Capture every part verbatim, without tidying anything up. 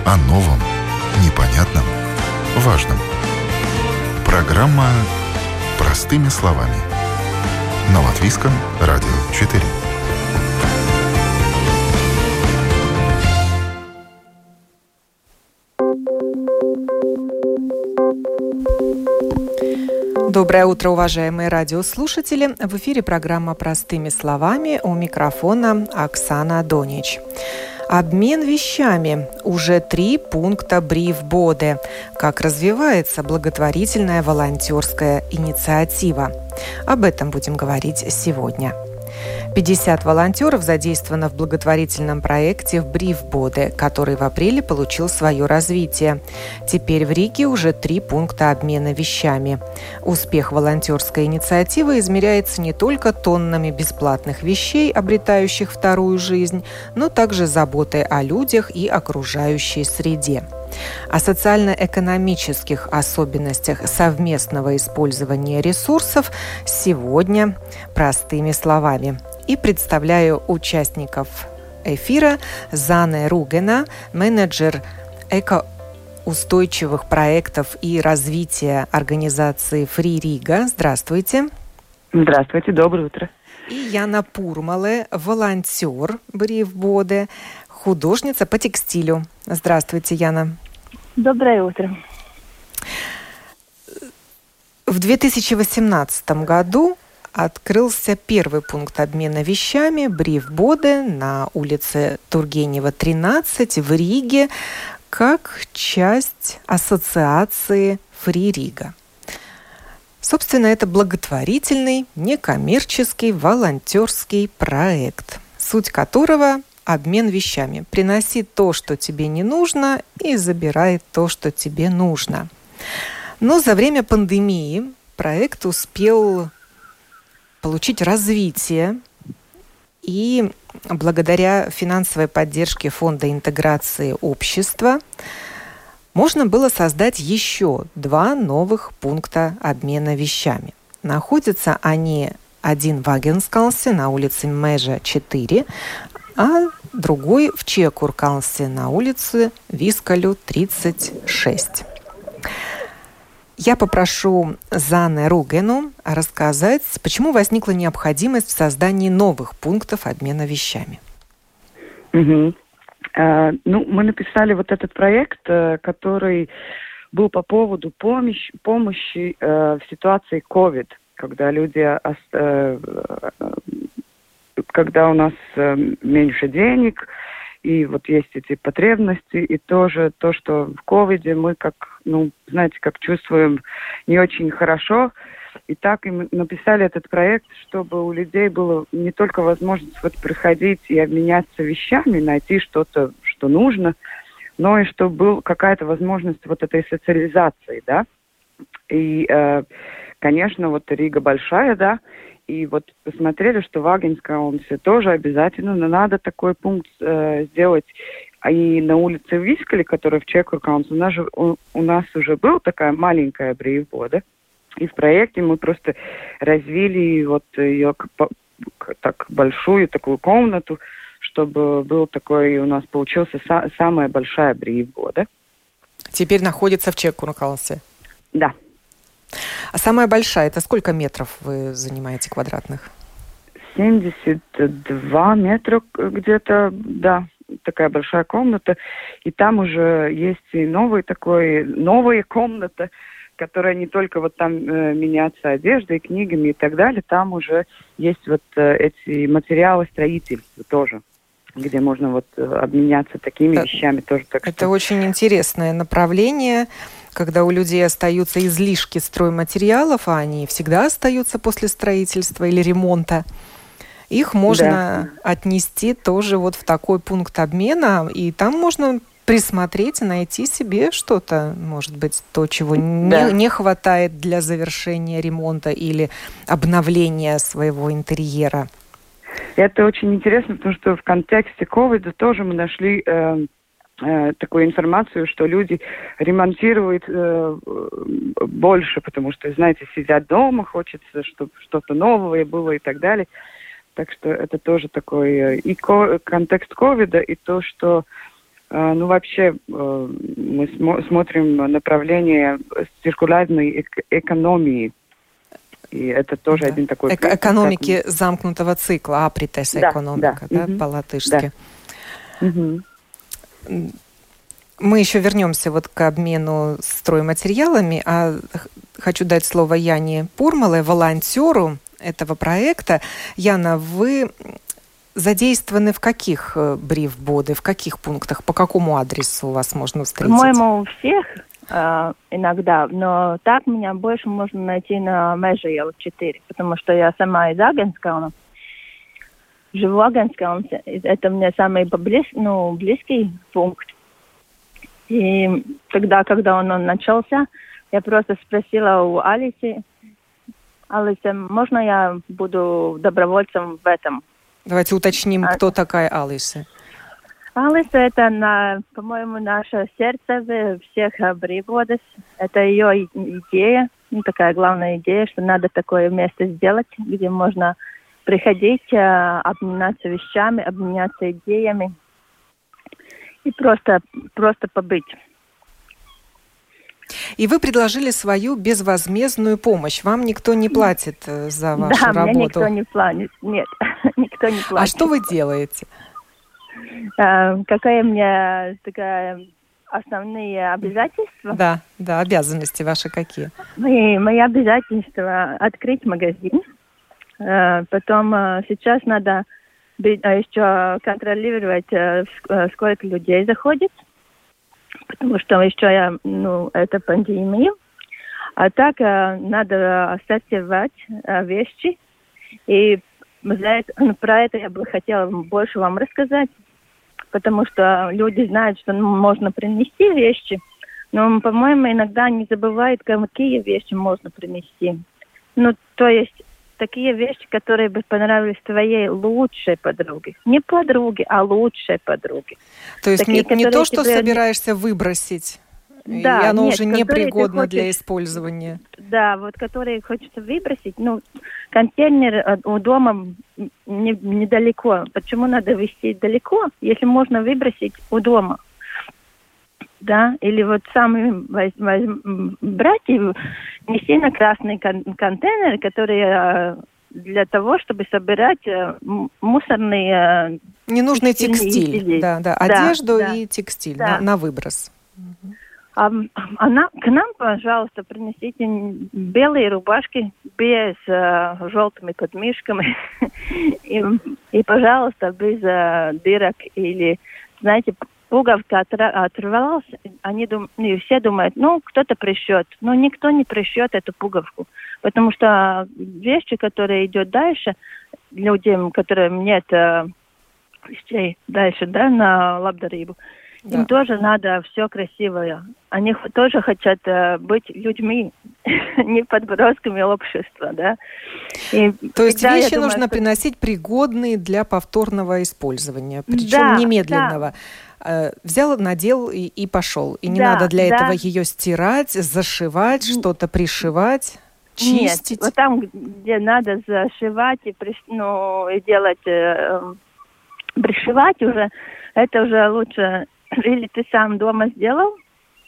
О новом, непонятном, важном. Программа «Простыми словами» на Латвийском радио четыре. Доброе утро, уважаемые радиослушатели. В эфире программа «Простыми словами», у микрофона Оксана Донич. Обмен вещами. Уже три пункта Брифбоде. Как развивается благотворительная волонтерская инициатива. Об этом будем говорить сегодня. пятьдесят волонтеров задействовано в благотворительном проекте в Брифбоде, который в апреле получил свое развитие. Теперь в Риге уже три пункта обмена вещами. Успех волонтерской инициативы измеряется не только тоннами бесплатных вещей, обретающих вторую жизнь, но также заботой о людях и окружающей среде. О социально-экономических особенностях совместного использования ресурсов сегодня простыми словами. И представляю участников эфира. Зане Ругена, менеджер экоустойчивых проектов и развития организации Free Riga. Здравствуйте. Здравствуйте, доброе утро. И Яна Пурмале, волонтер Брифбоде, художница по текстилю. Здравствуйте, Яна. Доброе утро. В две тысячи восемнадцатом году открылся первый пункт обмена вещами Брифбоде на улице Тургенева, тринадцать в Риге, как часть ассоциации Free Riga. Собственно, это благотворительный, некоммерческий, волонтерский проект, суть которого – обмен вещами. Приноси то, что тебе не нужно, и забирай то, что тебе нужно. Но за время пандемии проект успел получить развитие, и благодаря финансовой поддержке Фонда интеграции общества можно было создать еще два новых пункта обмена вещами. Находятся они один в Агенскалсе на улице Межа, четыре, а другой в Чекуркалсе на улице Вискалю, тридцать шесть. Я попрошу Зане Ругену рассказать, почему возникла необходимость в создании новых пунктов обмена вещами. Угу. А, ну, мы написали вот этот проект, который был по поводу помощи, помощи э, в ситуации ковид, когда люди... Э, когда у нас э, меньше денег, и вот есть эти потребности, и тоже то, что в ковиде мы как, ну, знаете, как чувствуем не очень хорошо. И так и мы написали этот проект, чтобы у людей была не только возможность вот приходить и обменяться вещами, найти что-то, что нужно, но и чтобы была какая-то возможность вот этой социализации, да. И, э, конечно, вот Рига большая, да, и вот посмотрели, что в Агенскалсе тоже обязательно надо такой пункт э, сделать. И на улице Вискали, которая в Чекуркалсе, у нас же у, у нас уже была такая маленькая Брифбоде. И в проекте мы просто развили вот ее так большую такую комнату, чтобы был такой, у нас получился са- самая большая Брифбоде. Теперь находится в Чекуркалсе. Да. А самая большая, это сколько метров вы занимаете квадратных? семьдесят два метра где-то, да, такая большая комната. И там уже есть и новый такой, новая комната, которая не только вот там э, меняться одеждой, книгами и так далее, там уже есть вот э, эти материалы строительства тоже, где можно вот э, обменяться такими это, вещами тоже. Так это что... очень интересное направление, когда у людей остаются излишки стройматериалов, а они всегда остаются после строительства или ремонта. Их можно да. отнести тоже вот в такой пункт обмена, и там можно присмотреть и найти себе что-то, может быть, то, чего да. не, не хватает для завершения ремонта или обновления своего интерьера. Это очень интересно, потому что в контексте ковида тоже мы нашли э, э, такую информацию, что люди ремонтируют э, больше, потому что, знаете, сидят дома, хочется, чтобы что-то новое было и так далее. Так что это тоже такой и ко- контекст ковида, и то, что Ну, вообще, мы смотрим направление циркулярной эк- экономии. И это тоже да. один такой... Эк- экономики как... замкнутого цикла, апритес да, экономика, да, да угу. по-латышски. Да. Угу. Мы еще вернемся вот к обмену стройматериалами, а хочу дать слово Яне Пурмале, волонтеру этого проекта. Яна, вы... задействованы в каких брифбоды, в каких пунктах, по какому адресу вас можно встретить? По-моему, у всех э, иногда, но так меня больше можно найти на Межеела четыре, потому что я сама из Агенскауна, живу в Агенскауне, это мне самый поблиз, ну, близкий пункт. И тогда, когда он, он начался, я просто спросила у Алисы, Алиса, можно я буду добровольцем в этом? Давайте уточним, кто такая Алиса. Алиса – это, на, по-моему, наше сердце всех брифбодов. Это ее идея, ну, такая главная идея, что надо такое место сделать, где можно приходить, обменяться вещами, обменяться идеями и просто, просто побыть. И вы предложили свою безвозмездную помощь. Вам никто не платит за вашу да, работу? Да, мне никто не платит. Нет, никто не платит. А что вы делаете? А, какая у меня такая основные обязательства? Да, да, обязанности ваши какие? Мои, мои обязательства открыть магазин. А, потом а, сейчас надо еще контролировать, сколько людей заходит. Потому что еще я, ну, это пандемия. А так э, надо сортировать э, вещи. И за это, ну, про это я бы хотела больше вам рассказать. Потому что люди знают, что ну, можно принести вещи. Но, по-моему, иногда не забывают, какие вещи можно принести. Ну, то есть такие вещи, которые бы понравились твоей лучшей подруге. Не подруге, а лучшей подруге. То есть такие, не, не то, что тебе... собираешься выбросить, да, и оно нет, уже непригодно хочешь... для использования. Да, вот которые хочется выбросить. Ну, контейнер у дома не, недалеко. Почему надо везти далеко, если можно выбросить у дома? Да, или вот сами воз, воз, брать и нести на красный кон- контейнер, который э, для того, чтобы собирать э, мусорные... Ненужный текстиль, изделия. да, да, да, одежду да, и текстиль да. на, на выброс. А, а на, к нам, пожалуйста, принесите белые рубашки без э, желтыми подмышками и, и, пожалуйста, без э, дырок или, знаете, пуговка оторвалась, они дум... и все думают, ну, кто-то пришьет. Но никто не пришьет эту пуговку. Потому что вещи, которые идут дальше, людям, которым нет э, вещей дальше, да, на лабдарибу, да. Им тоже надо все красивое. Они тоже хотят э, быть людьми, не подбросками общества, да. И то есть вещи думаю, нужно что... приносить пригодные для повторного использования, причем да, немедленного. Да. Взял, надел и, и пошел. И не да, надо для да. этого ее стирать, зашивать, что-то пришивать, чистить. Нет, вот там, где надо зашивать и, приш... ну, и делать, э, пришивать уже, это уже лучше. Или ты сам дома сделал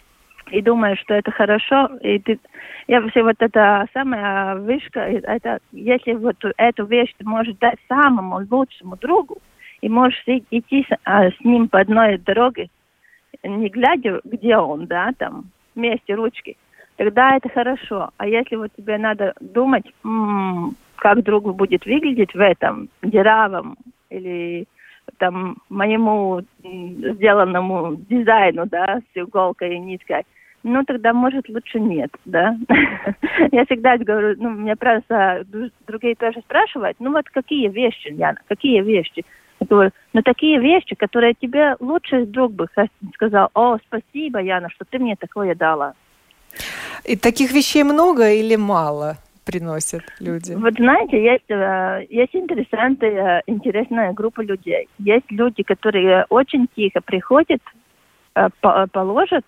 и думаешь, что это хорошо, и ты... Я вообще вот эта самая вышка, это если вот эту вещь ты можешь дать самому лучшему другу, и можешь идти с, а, с ним по одной дороге, не глядя, где он, да, там, вместе ручки, тогда это хорошо. А если вот тебе надо думать, м-м, как другу будет выглядеть в этом дырявом или там моему сделанному дизайну, да, с иголкой и ниткой, ну, тогда, может, лучше нет, да. Я всегда говорю, ну, меня просто другие тоже спрашивают, ну, вот какие вещи, Яна, какие вещи? Я говорю, ну, такие вещи, которые тебе лучший друг бы сказал, о, спасибо, Яна, что ты мне такое дала. И таких вещей много или мало приносят люди? Вот знаете, есть, есть интересная, интересная группа людей. Есть люди, которые очень тихо приходят, положат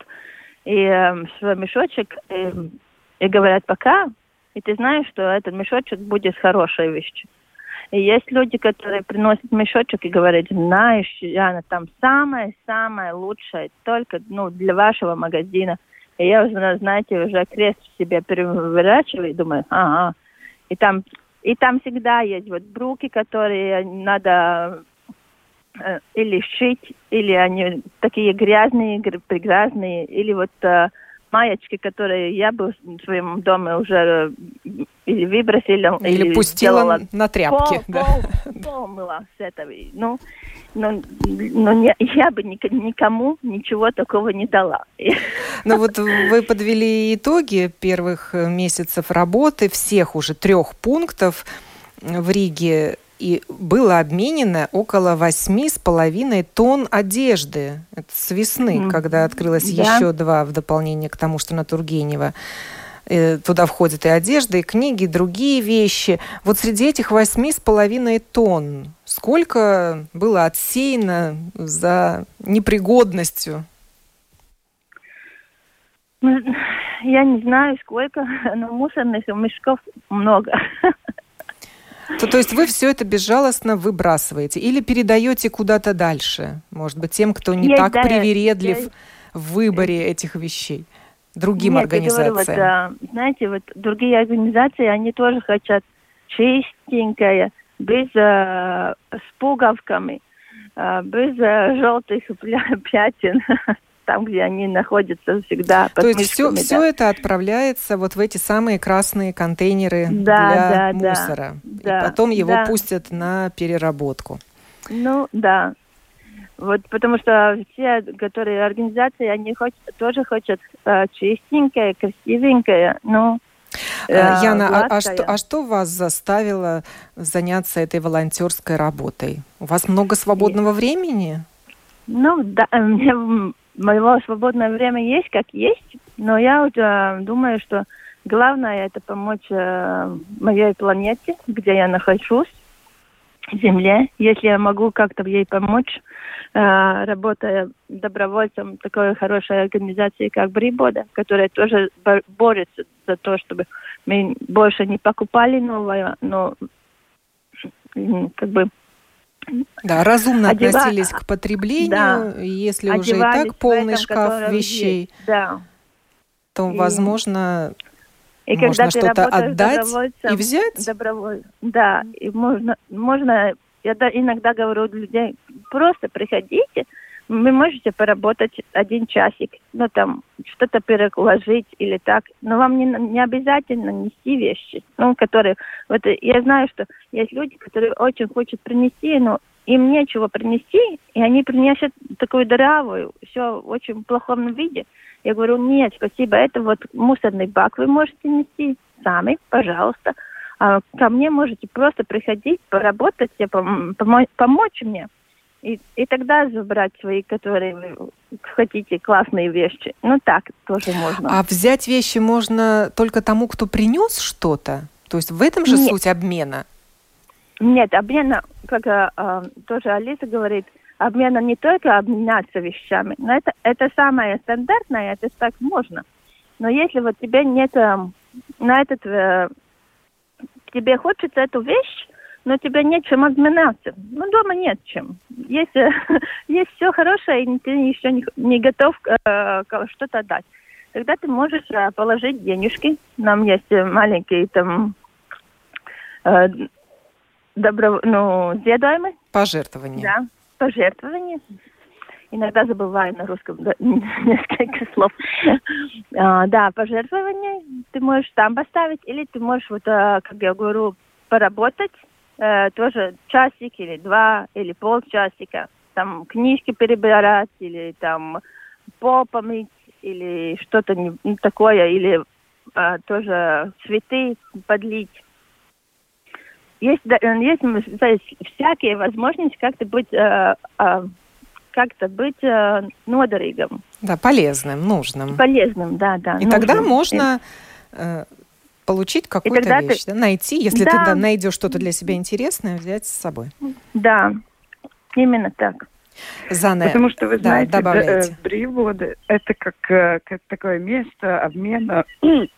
и свой мешочек и, и говорят пока, и ты знаешь, что этот мешочек будет хорошей вещью. И есть люди, которые приносят мешочек и говорят, знаешь, Яна, там самое-самое лучшее, только ну, для вашего магазина. И я уже, знаете, уже крест в себе переворачиваю и думаю, ага. И там, и там всегда есть вот бруки, которые надо э, или шить, или они такие грязные, прекрасные, или вот э, маечки, которые я бы в своем доме уже или выбросила, или, или пустила на тряпки. Пол, да. пол, пол мыла с этого. Ну, но, но не, я бы никому ничего такого не дала. Ну вот вы подвели итоги первых месяцев работы всех уже трех пунктов в Риге. И было обменено около восьми с половиной тонн одежды. Это с весны, mm. когда открылось да. еще два в дополнение к тому, что на Тургенева. Туда входят и одежда, и книги, и другие вещи. Вот среди этих восьми с половиной тонн сколько было отсеяно за непригодностью? Я не знаю, сколько, но мусорных мешков много. То, то есть вы все это безжалостно выбрасываете или передаете куда-то дальше? Может быть, тем, кто не есть, так да, привередлив есть. В выборе этих вещей? Другим Нет, организациям? Я говорю, вот, знаете, вот другие организации, они тоже хотят чистенькое, без, э, с пуговками, э, без э, желтых пятен, там, где они находятся всегда под То есть мышками, все, да. все это отправляется вот в эти самые красные контейнеры да, для да, мусора. Да, и потом его да. пустят на переработку. Ну, да. Вот потому что все, которые организации, они хоть, тоже хотят э, чистенькое, красивенькое, ну, э, Яна, а, а, что, а что вас заставило заняться этой волонтерской работой? У вас много свободного и... времени? Ну, да, мне, моего свободного времени есть, как есть, но я уже думаю, что главное это помочь э, моей планете, где я нахожусь, Земле, если я могу как-то ей помочь, э, работая добровольцем такой хорошей организации, как Брибода, которая тоже бо- борется за то, чтобы мы больше не покупали новое, но как бы да, разумно одева... относились к потреблению, да. если уже и так полный этом, шкаф вещей, есть. Да. то, и... возможно... И можно когда что-то ты отдать и взять? Доброволь... Да, и можно, можно, я иногда говорю людей, просто приходите, вы можете поработать один часик, ну там что-то переложить или так, но вам не, не обязательно нести вещи, ну, которые, вот я знаю, что есть люди, которые очень хотят принести, но им нечего принести, и они принесут такую дырявую, все в очень плохом виде. Я говорю, нет, спасибо, это вот мусорный бак вы можете нести сами, пожалуйста. А ко мне можете просто приходить, поработать, пом- помо- помочь мне. И, и тогда забрать свои, которые вы хотите, классные вещи. Ну так тоже можно. А взять вещи можно только тому, кто принес что-то? То есть в этом же нет. суть обмена? Нет, обмена, как а, тоже Алиса говорит, обмена не только обменяться вещами, но это, это самое стандартное, это так можно. Но если вот тебе нет на этот, э, тебе хочется эту вещь, но тебе нечем обменяться. Ну, дома нет чем. Есть, э, есть все хорошее, и ты еще не, не готов э, что-то дать. Тогда ты можешь э, положить денежки. Нам есть маленькие там э, добро, ну, съедаемые. Пожертвования. Да. Пожертвования. Иногда забываю на русском да, несколько слов. А, да, пожертвования ты можешь там поставить, или ты можешь, вот, а, как я говорю, поработать, а, тоже часик или два, или полчасика. Там книжки перебирать, или там пол помыть, или что-то не, не такое, или а, тоже цветы подлить. Есть, есть, есть всякие возможности как-то быть, э, э, как-то быть э, нодаригом. Да, полезным, нужным. Полезным, да, да. И нужным. Тогда можно э, получить какую-то вещь, ты... да, найти, если да. ты найдешь что-то для себя интересное, взять с собой. Да, именно так. Зане, Потому что, вы да, знаете, Брибода это как, как такое место обмена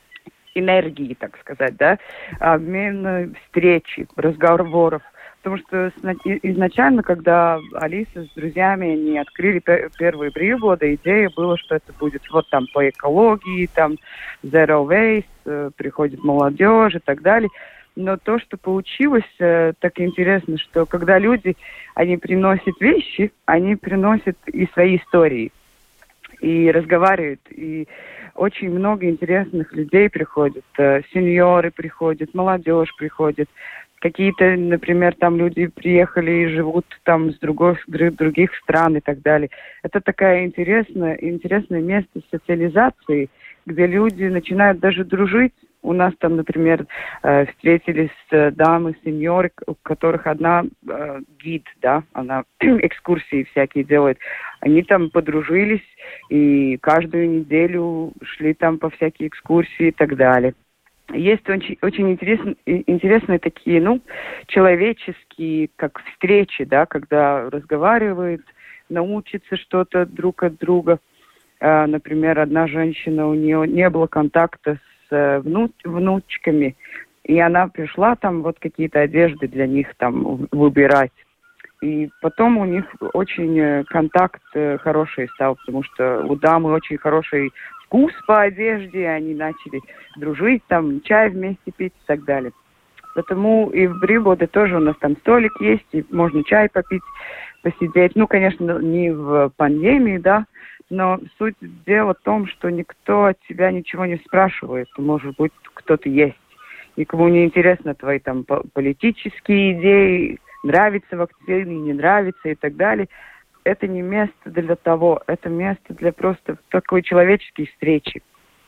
энергии, так сказать, да, обмен встречи, разговоров. Потому что изначально, когда Алиса с друзьями они открыли первые брифбоды, идея была, что это будет вот там по экологии, там zero waste, приходит молодежь и так далее. Но то, что получилось, так интересно, что когда люди, они приносят вещи, они приносят и свои истории, и разговаривают, и очень много интересных людей приходит, сеньоры приходят, молодежь приходит. Какие-то, например, там люди приехали и живут там с других, других стран и так далее. Это такая интересная, интересное место социализации, где люди начинают даже дружить. У нас там, например, э, встретились э, дамы, сеньоры, у которых одна э, гид, да, она экскурсии всякие делает. Они там подружились и каждую неделю шли там по всякие экскурсии и так далее. Есть очень, очень интересные, интересные такие, ну, человеческие, как встречи, да, когда разговаривают, научатся что-то друг от друга. А, например, одна женщина, у нее не было контакта с вну, внучками, и она пришла там вот какие-то одежды для них там выбирать. И потом у них очень контакт хороший стал, потому что у дамы очень хороший вкус по одежде, они начали дружить, там чай вместе пить и так далее. Потому и в Брифбоде тоже у нас там столик есть, и можно чай попить, посидеть. Ну, конечно, не в пандемии, да, но суть дела в том, что никто от тебя ничего не спрашивает. Может быть, кто-то есть. И кому не интересно твои там политические идеи, нравится вакцина, не нравится и так далее. Это не место для того, это место для просто такой человеческой встречи.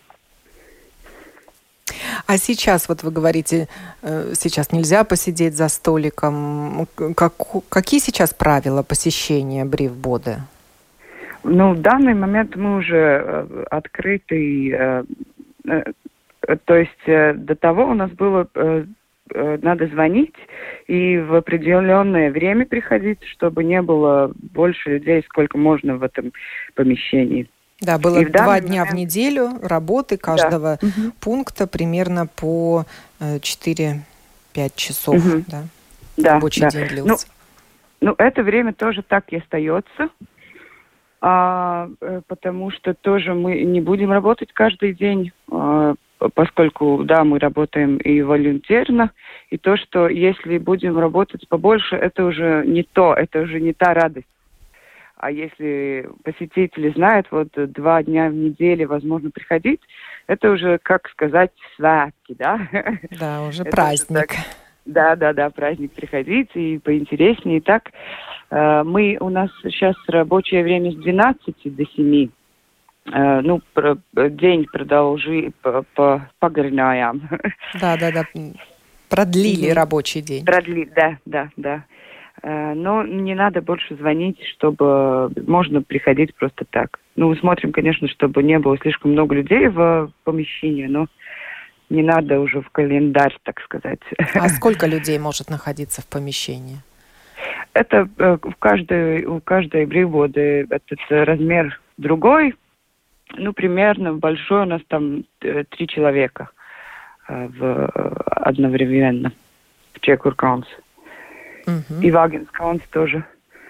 А сейчас, вот вы говорите, сейчас нельзя посидеть за столиком. Как, какие сейчас правила посещения Брифбоде? Ну, в данный момент мы уже открыты. То есть до того у нас было... Надо звонить и в определенное время приходить, чтобы не было больше людей, сколько можно в этом помещении. Да, было и два дня момент... в неделю работы каждого да. пункта примерно по четыре-пять часов. Угу. Да? Да, рабочий да. день длился. Ну, ну, это время тоже так и остается, а, потому что тоже мы не будем работать каждый день, а, поскольку, да, мы работаем и волонтерно, и то, что если будем работать побольше, это уже не то, это уже не та радость. А если посетители знают, вот два дня в неделю возможно приходить, это уже, как сказать, святки, да? Да, уже праздник. Уже да, да, да, праздник приходить и поинтереснее. И так, мы, у нас сейчас рабочее время с двенадцати до семи. Ну, про, день продолжи по, по погорняям. Да, да, да. Продлили mm-hmm. рабочий день. Продлили, да, да, да. Но не надо больше звонить, чтобы можно приходить просто так. Ну, смотрим, конечно, чтобы не было слишком много людей в помещении, но не надо уже в календарь, так сказать. А сколько людей может находиться в помещении? Это в каждой, у каждой Брифбоде этот размер другой. Ну, примерно большой у нас там три человека э, в, одновременно в Чекуркаунс. Угу. И в Агенскаунс тоже.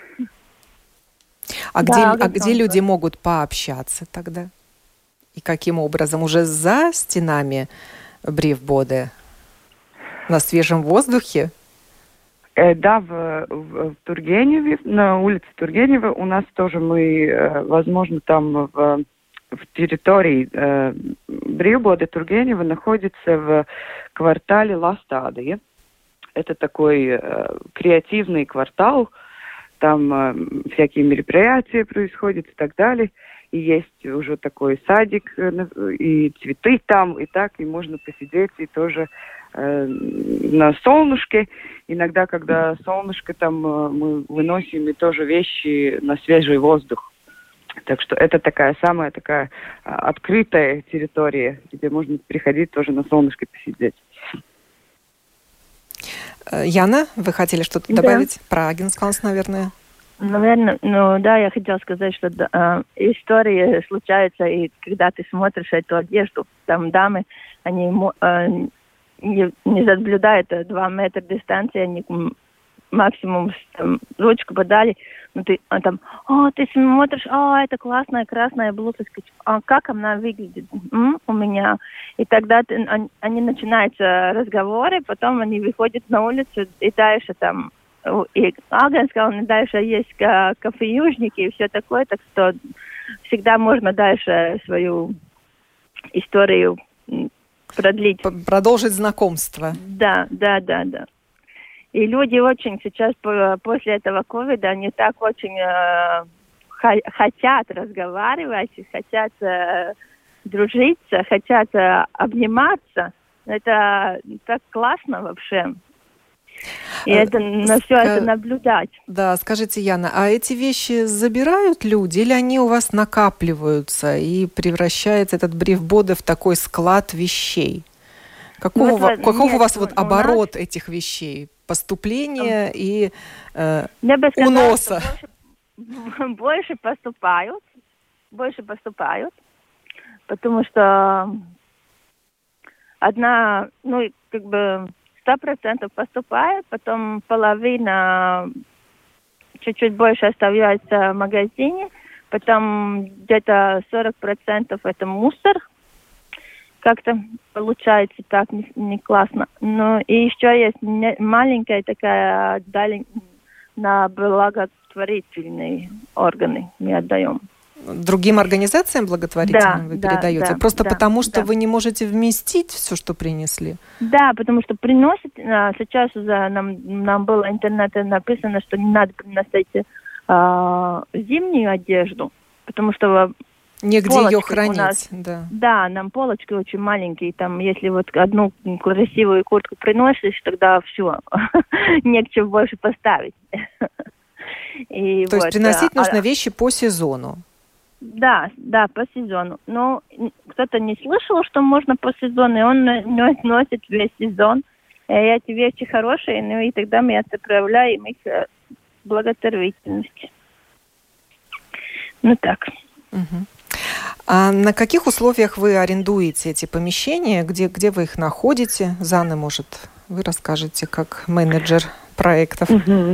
А, да, где, а где люди могут пообщаться тогда? И каким образом? Уже за стенами Брифбоде? На свежем воздухе? Э, да, в, в, в Тургеневе, на улице Тургенева у нас тоже мы, э, возможно, там в... в территории э, Брифбоде Тургенева находится в квартале Ластадия. Это такой э, креативный квартал. Там э, всякие мероприятия происходят и так далее. И есть уже такой садик, э, и цветы там, и так, и можно посидеть, и тоже э, на солнышке. Иногда, когда солнышко там, э, мы выносим и тоже вещи на свежий воздух. Так что это такая самая такая а, открытая территория, где можно приходить тоже на солнышко посидеть. Яна, вы хотели что-то добавить да. про Агенскаунс, наверное? Наверное, ну да, я хотела сказать, что э, истории случаются, и когда ты смотришь эту одежду, там дамы, они э, не, не соблюдают два метра дистанции, они максимум там, ручку подали, ну ты а, там, о, ты смотришь, о, это классная красная блузочка, а как она выглядит М, у меня? И тогда ты, они, они начинаются разговоры, потом они выходят на улицу, и дальше там, и Аган сказал, дальше есть кофеюжники и все такое, так что всегда можно дальше свою историю продлить. Продолжить знакомство. Да, да, да, да. И люди очень сейчас после этого ковида, они так очень э, хотят разговаривать, хотят э, дружиться, хотят э, обниматься. Это так классно вообще. И это, на все это наблюдать. Да, скажите, Яна, а эти вещи забирают люди или они у вас накапливаются и превращается этот бриф-боде в такой склад вещей? Какого, ну, это, каков нет, у вас вот оборот нас... этих вещей? Поступления и э, уноса? Больше, больше поступают, больше поступают, потому что одна, ну, как бы сто процентов поступает, потом половина чуть-чуть больше оставляется в магазине, потом где-то сорок процентов это мусор. Как-то получается так не, не классно. Ну и еще есть не, маленькая такая даль на благотворительные органы мы отдаем. Другим организациям благотворительным да, вы да, передаете? Да, Просто да, потому, что да. вы не можете вместить все, что принесли? Да, потому что приносят, сейчас уже нам, нам было в интернете написано, что не надо приносить а, зимнюю одежду, потому что негде ее хранить. Нас, да. да, нам полочки очень маленькие. Там, если вот одну красивую куртку приносишь, тогда все, не к чему больше поставить. И То вот, есть приносить а, нужно вещи по сезону? Да, да, по сезону. Но кто-то не слышал, что можно по сезону, и он носит весь сезон. И эти вещи хорошие, ну и тогда мы отправляем их в благотворительность. Ну так. Угу. А на каких условиях вы арендуете эти помещения? Где, где вы их находите? Зана, может, вы расскажете, как менеджер проектов?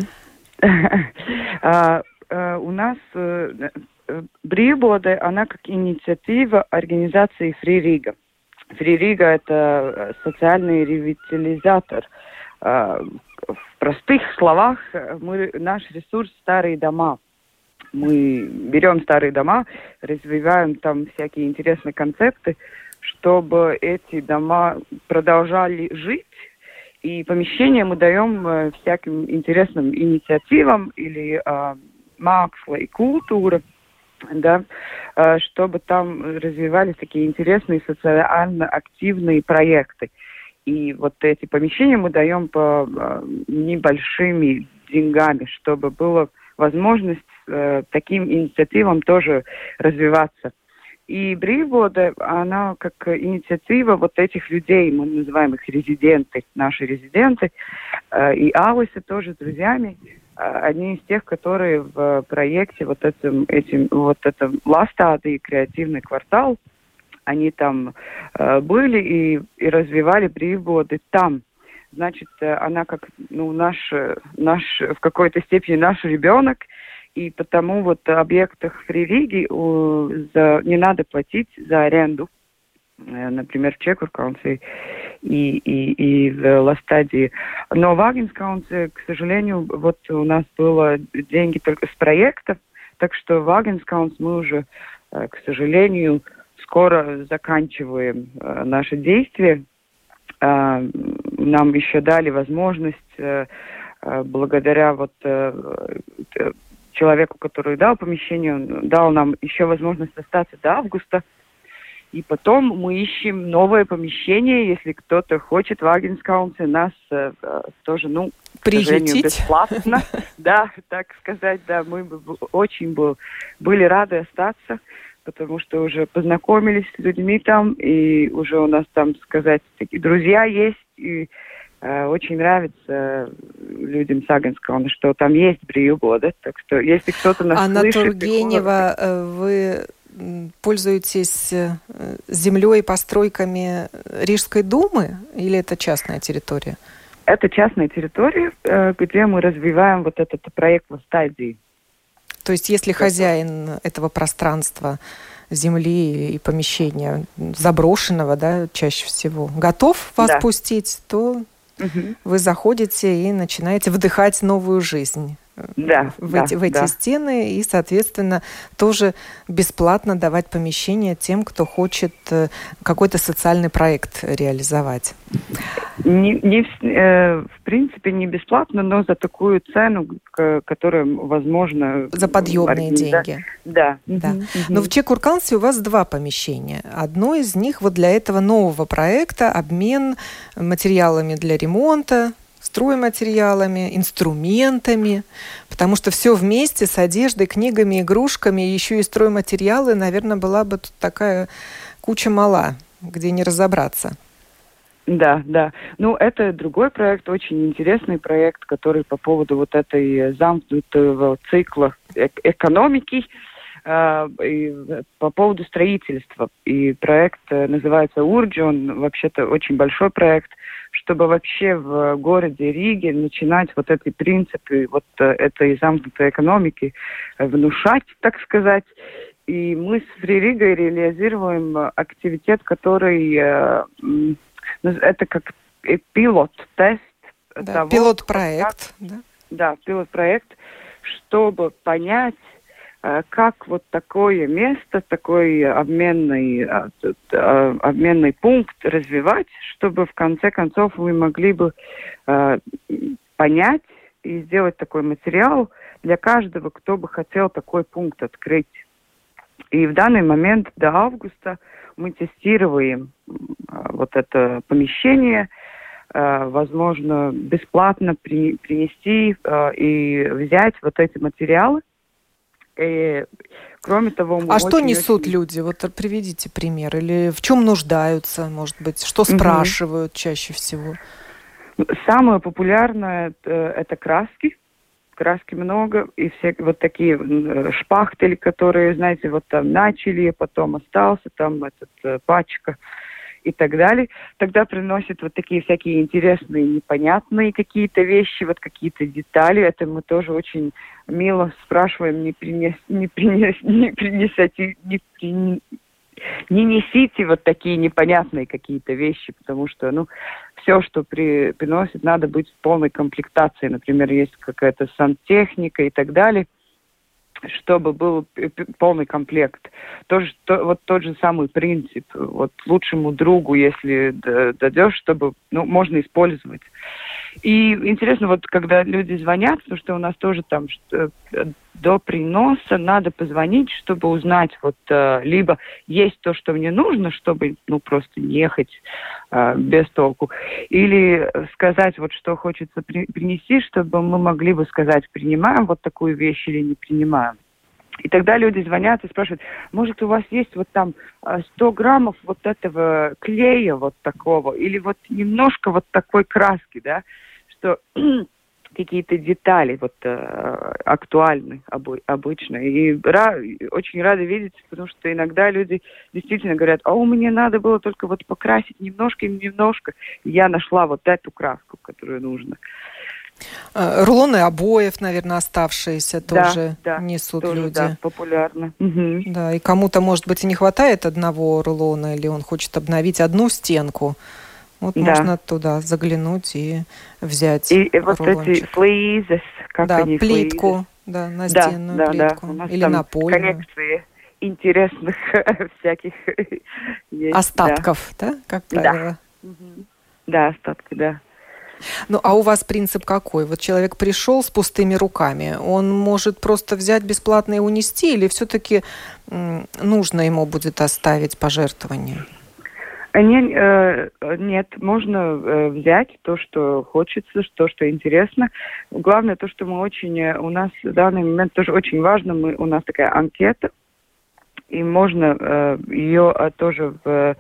У нас бриф-боде, она как инициатива организации Free Riga. Free Riga – это социальный ревитализатор. В простых словах, мы, наш ресурс – старые дома. Мы берем старые дома, развиваем там всякие интересные концепты, чтобы эти дома продолжали жить. И помещения мы даем всяким интересным инициативам или э, māksla и культура, да, э, чтобы там развивались такие интересные социально активные проекты. И вот эти помещения мы даем по э, небольшими деньгами, чтобы была возможность э, таким инициативам тоже развиваться. И бриф-боде, она как инициатива вот этих людей, мы называем их резиденты, наши резиденты, э, и Алиса тоже с друзьями, э, одни из тех, которые в проекте вот этим, этим вот этом Ластады, креативный квартал, они там э, были и, и развивали бриф-боде там. Значит, э, она как, ну, наш, наш, в какой-то степени наш ребенок, и потому вот в объектах Free Riga за, не надо платить за аренду, например, в Чекуркаунсе и, и, и в Ластаде. Но в Агенскаунсе, к сожалению, вот у нас было деньги только с проекта, так что в Агенскаунс мы уже, к сожалению, скоро заканчиваем наши действия. Нам еще дали возможность, благодаря вот человеку, который дал помещение, он дал нам еще возможность остаться до августа. И потом мы ищем новое помещение, если кто-то хочет в Агенскаунсе нас э, тоже, ну, к сожалению, бесплатно. Да, так сказать, да, мы очень были рады остаться, потому что уже познакомились с людьми там, и уже у нас там, сказать, такие друзья есть, и э, очень нравится людям Саганского, что там есть Брию-Боде, так что если кто-то нас а слышит... А на Тургенева и... вы пользуетесь землей и постройками Рижской думы или это частная территория? Это частная территория, где мы развиваем вот этот проект в стадии. То есть если хозяин этого пространства, земли и помещения заброшенного, да, чаще всего, готов вас да. пустить, то угу. вы заходите и начинаете вдыхать новую жизнь. Да, в, да, эти, в эти да. стены и, соответственно, тоже бесплатно давать помещение тем, кто хочет какой-то социальный проект реализовать. Не, не, э, в принципе, не бесплатно, но за такую цену, к, которая, возможно... За подъемные деньги. Да. да. Угу, Но в Чекуркансе у вас два помещения. Одно из них вот для этого нового проекта обмен материалами для ремонта, стройматериалами, инструментами, потому что все вместе с одеждой, книгами, игрушками, еще и стройматериалы, наверное, была бы тут такая куча мала, где не разобраться. Да, да. Ну, это другой проект, очень интересный проект, который по поводу вот этой замкнутого цикла экономики, э, и по поводу строительства. И проект называется «Урджи», он вообще-то очень большой проект, чтобы вообще в городе Риге начинать вот эти принципы вот этой замкнутой экономики внушать, так сказать. И мы с Free Riga реализируем активитет, который э, это как пилот-тест. Да, того, пилот-проект. Как, да, да пилот-проект, чтобы понять, как вот такое место, такой обменный, обменный пункт развивать, чтобы в конце концов мы могли бы э, понять и сделать такой материал для каждого, кто бы хотел такой пункт открыть. И в данный момент до августа мы тестируем э, вот это помещение, э, возможно, бесплатно при, принести э, и взять вот эти материалы. И, кроме того, мы а что несут очень... люди? Вот приведите пример. Или в чем нуждаются, может быть? Что спрашивают угу. чаще всего? Самое популярное это, это краски. Краски много. И все вот такие шпахтели, которые, знаете, вот там начали, потом остался, там этот пачка и так далее. Тогда приносят вот такие всякие интересные, непонятные какие-то вещи, вот какие-то детали. Это мы тоже очень мило спрашиваем, не принес, не принес, не принесите, не, не, не несите вот такие непонятные какие-то вещи, потому что, ну, все, что при, приносит, надо быть в полной комплектации. Например, есть какая-то сантехника и так далее, чтобы был полный комплект. Тоже, то, вот тот же самый принцип. Вот лучшему другу, если дадешь, чтобы, ну, можно использовать. И интересно, вот когда люди звонят, потому что у нас тоже там что, до приноса надо позвонить, чтобы узнать, вот либо есть то, что мне нужно, чтобы, ну, просто не ехать э, без толку, или сказать, вот что хочется при, принести, чтобы мы могли бы сказать, принимаем вот такую вещь или не принимаем. И тогда люди звонят и спрашивают, может, у вас есть вот там сто граммов вот этого клея вот такого, или вот немножко вот такой краски, да, что какие-то детали вот э, актуальны обы- обычно. И ра- очень рада видеть, потому что иногда люди действительно говорят, а у меня надо было только вот покрасить немножко и немножко. И я нашла вот эту краску, которую нужно. Рулоны обоев, наверное, оставшиеся да, тоже да, несут тоже, люди. Да, популярно. Угу. Да, и кому-то, может быть, и не хватает одного рулона, или он хочет обновить одну стенку. Вот да. можно туда заглянуть и взять и, и вот рулончик. эти флизес, как да, они плитку, флизес. да, настенную да, плитку. Да, да. Или напольную. Коллекции интересных всяких есть. Остатков, да, да как правило? Да. да, остатки, да. Ну, а у вас принцип какой? Вот человек пришел с пустыми руками, он может просто взять бесплатно и унести, или все-таки м, нужно ему будет оставить пожертвование? Не, э, нет, можно э, взять то, что хочется, то, что интересно. Главное то, что мы очень, у нас в данный момент тоже очень важно, мы, у нас такая анкета, и можно э, ее тоже в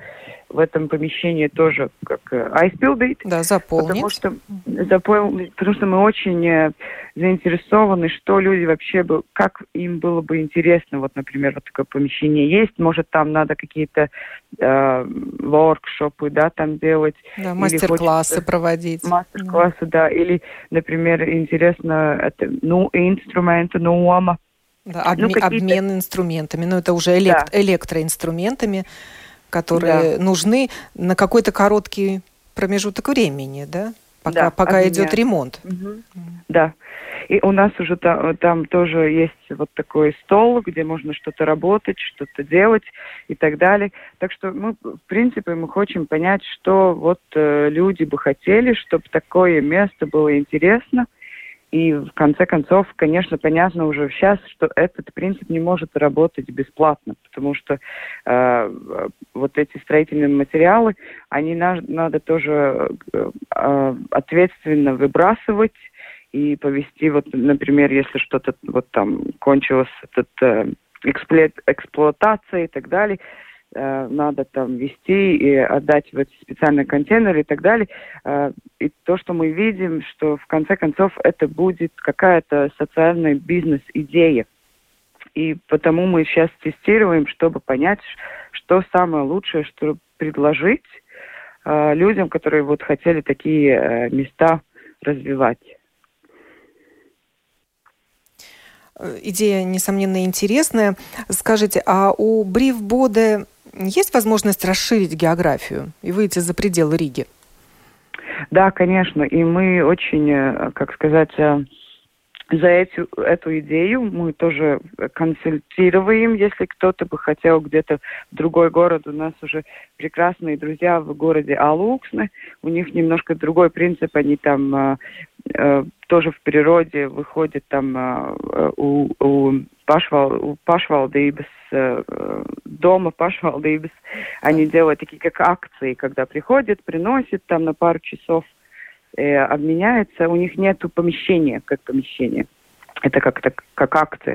в этом помещении тоже как айспилдīt. Да, заполнить. Потому что, заполнить, потому что мы очень заинтересованы, что люди вообще бы, как им было бы интересно, вот, например, вот такое помещение есть, может, там надо какие-то э, воркшопы, да, там делать. Да, мастер-классы хочется, проводить. Мастер-классы, да. да, или, например, интересно, это, ну, инструменты, нома. Да, обме- ну, обмен инструментами, но это уже элект- да. электроинструментами, которые да. нужны на какой-то короткий промежуток времени, да, пока, да, пока идет ремонт. Угу. Да, и у нас уже там, там тоже есть вот такой стол, где можно что-то работать, что-то делать и так далее. Так что, ну, в принципе, мы хотим понять, что вот э, люди бы хотели, чтобы такое место было интересно. И в конце концов, конечно, понятно уже сейчас, что этот принцип не может работать бесплатно, потому что э, вот эти строительные материалы, они на, надо тоже э, ответственно выбрасывать и повести, вот, например, если что-то вот там кончилось, этот, э, эксплуат, эксплуатация и так далее, надо там везти и отдать в эти специальные контейнеры и так далее. И то, что мы видим, что в конце концов это будет какая-то социальная бизнес-идея. И потому мы сейчас тестируем, чтобы понять, что самое лучшее, что предложить людям, которые вот хотели такие места развивать. Идея, несомненно, интересная. Скажите, а у Бриф Боде есть возможность расширить географию и выйти за пределы Риги? Да, конечно. И мы очень, как сказать, за эту, эту идею мы тоже консультируем, если кто-то бы хотел где-то в другой город. У нас уже прекрасные друзья в городе Алūksne. У них немножко другой принцип. Они там э, э, тоже в природе выходят там э, у, у, пашвал, у пашвалдības, э, дома пашвалдības. Они делают такие как акции, когда приходят, приносят там на пару часов, обменяется, у них нету помещения, как помещение. Это как-то как акция,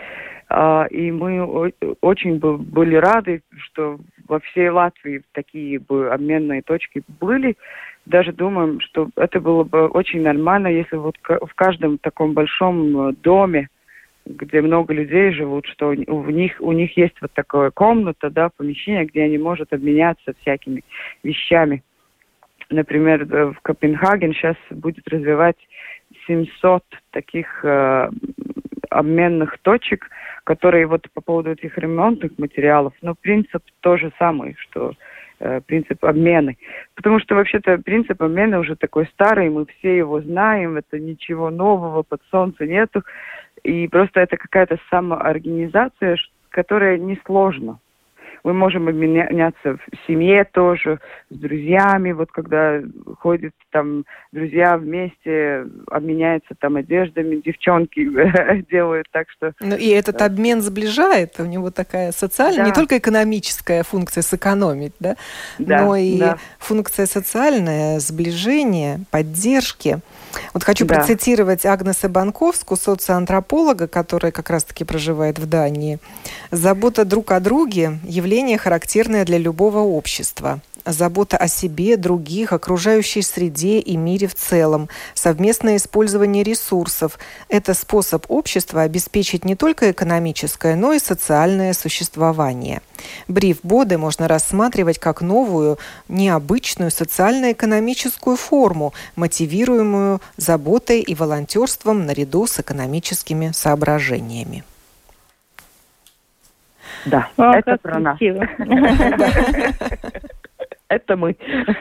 да. И мы очень были рады, что во всей Латвии такие бы обменные точки были. Даже думаем, что это было бы очень нормально, если вот в каждом таком большом доме, где много людей живут, что у них, у них есть вот такая комната, да, помещение, где они могут обменяться всякими вещами. Например, в Копенгагене сейчас будет развивать семьсот таких э, обменных точек, которые вот по поводу этих ремонтных материалов, но принцип тот же самый, что э, принцип обмена. Потому что вообще-то принцип обмена уже такой старый, мы все его знаем, это ничего нового под солнцем нету. И просто это какая-то самоорганизация, которая несложна. Мы можем обменяться в семье тоже, с друзьями. Вот когда ходят там друзья вместе, обменяются там одеждами, девчонки делают так, что... Ну и этот обмен сближает, у него такая социальная, да. Не только экономическая функция сэкономить, да, да но и да. функция социальная, сближения, поддержки. Вот хочу да. процитировать Агнеса Банковскую, социоантрополога, которая как раз-таки проживает в Дании. «Забота друг о друге – явление, характерное для любого общества. Забота о себе, других, окружающей среде и мире в целом, совместное использование ресурсов – это способ общества обеспечить не только экономическое, но и социальное существование. Бриф Боде можно рассматривать как новую, необычную социально-экономическую форму, мотивируемую заботой и волонтерством наряду с экономическими соображениями». Да, О, это про нас. Это мы.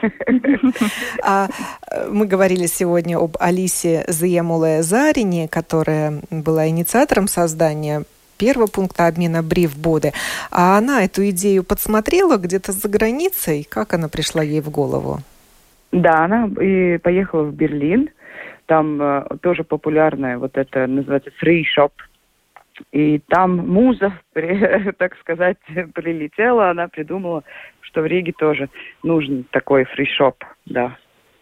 А мы говорили сегодня об Алисе Зиемуле-Зарине, которая была инициатором создания первого пункта обмена Бриф Боде. А она эту идею подсмотрела где-то за границей. Как она пришла ей в голову? Да, она и поехала в Берлин. Там э, тоже популярная вот это, называется, free shop. И там муза, так сказать, прилетела, она придумала, что в Риге тоже нужен такой фришоп, да.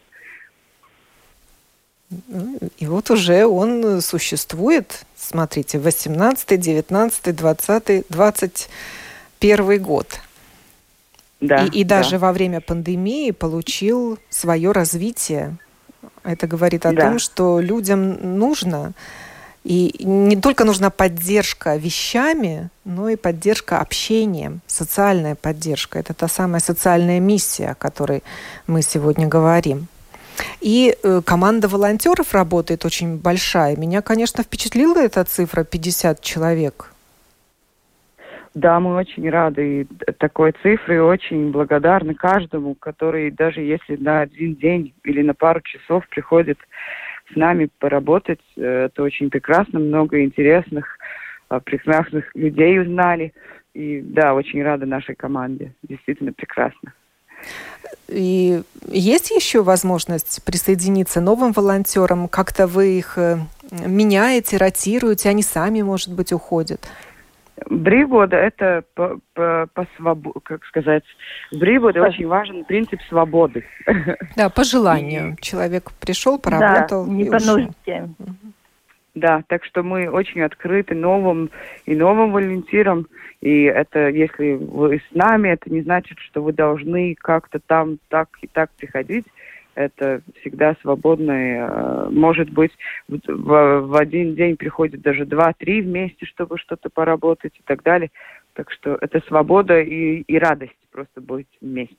И вот уже он существует, смотрите, восемнадцатый, девятнадцатый, двадцатый, двадцать первый год. Да, и, и даже да. во время пандемии получил свое развитие. Это говорит о Да. том, что людям нужно, и не только нужна поддержка вещами, но и поддержка общением, социальная поддержка. Это та самая социальная миссия, о которой мы сегодня говорим. И э, команда волонтеров работает очень большая. Меня, конечно, впечатлила эта цифра пятьдесят человек. Да, мы очень рады такой цифре и очень благодарны каждому, который даже если на один день или на пару часов приходит с нами поработать. Это очень прекрасно, много интересных, прекрасных людей узнали. И да, очень рада нашей команде. Действительно прекрасно. И есть еще возможность присоединиться новым волонтерам? Как-то вы их меняете, ротируете, они сами, может быть, уходят? Бригода – это по, по, по свободе, как сказать, в Бригоде очень важен принцип свободы. Да, по желанию. Человек пришел, поработал да, не и по ушел. нужде. Да, так что мы очень открыты новым и новым волонтерам. И это, если вы с нами, это не значит, что вы должны как-то там так и так приходить. Это всегда свободно. Может быть, в, в один день приходит даже два-три вместе, чтобы что-то поработать и так далее. Так что это свобода и, и радость просто быть вместе.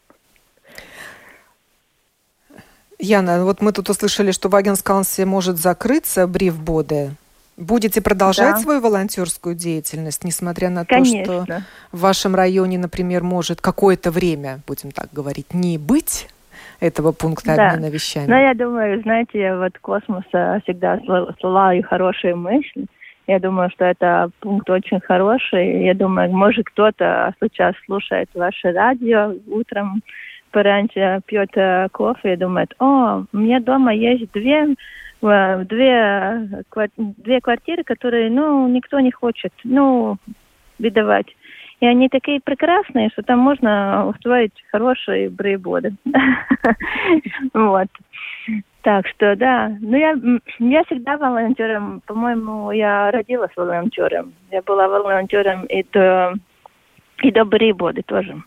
Яна, вот мы тут услышали, что в Агенскалнсе может закрыться Брив Боде. Будете продолжать да. свою волонтерскую деятельность, несмотря на Конечно. то, что в вашем районе, например, может какое-то время, будем так говорить, не быть этого пункта да. обмена вещами? Но я думаю, знаете, я вот космоса всегда слала хорошие мысли. Я думаю, что это пункт очень хороший. Я думаю, может кто-то сейчас слушает ваше радио утром, пораньше пьет кофе и думает: о, у меня дома есть две, две, две квартиры, которые, ну, никто не хочет, ну, выдавать. И они такие прекрасные, что там можно устроить хорошие брейбоды. Вот. Так что, да. Ну, я, я всегда волонтером. По-моему, я родилась волонтером. Я была волонтером и до, и до брейбоды тоже.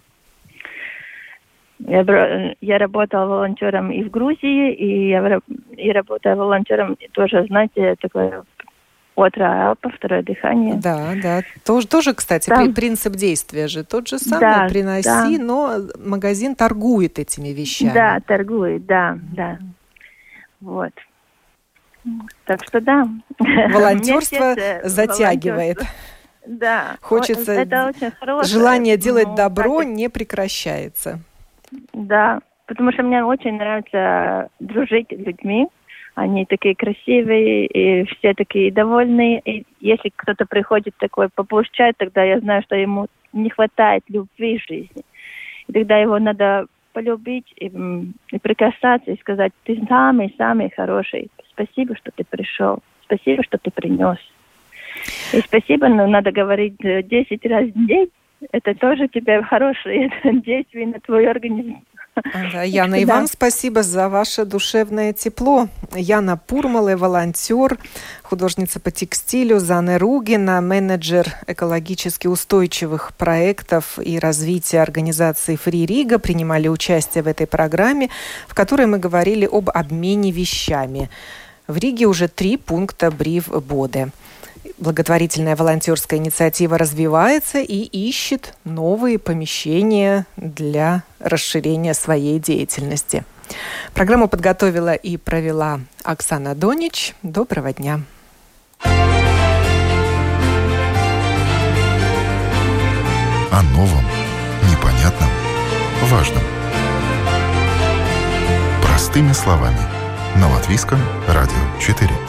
Я, я работала волонтером и в Грузии, и я и работаю волонтером тоже, знаете, такое «Отра Алпа», «Второе дыхание». Да, да. Тоже, тоже кстати, Там... принцип действия же тот же самый. Да, приноси, да. но магазин торгует этими вещами. Да, торгует, да, да. Вот. Так что да. Волонтерство затягивает. Да. Хочется, это очень хорошее. желание делать ну, добро так... не прекращается. Да, потому что мне очень нравится дружить с людьми. Они такие красивые, и все такие довольные. И если кто-то приходит такой поплощать, тогда я знаю, что ему не хватает любви в жизни. И тогда его надо полюбить и, и прикасаться, и сказать: ты самый-самый хороший. Спасибо, что ты пришел. Спасибо, что ты принес. И спасибо, но надо говорить десять раз в день. Это тоже тебе хорошее действие на твой организм. Да, Яна, и вам спасибо за ваше душевное тепло. Яна Пурмале, волонтер, художница по текстилю, Зана Ругина, менеджер экологически устойчивых проектов и развития организации Free Riga, принимали участие в этой программе, в которой мы говорили об обмене вещами. В Риге уже три пункта Брив Боде. Благотворительная волонтерская инициатива развивается и ищет новые помещения для расширения своей деятельности. Программу подготовила и провела Оксана Донич. Доброго дня. О новом, непонятном, важном. Простыми словами. На Латвийском радио четыре.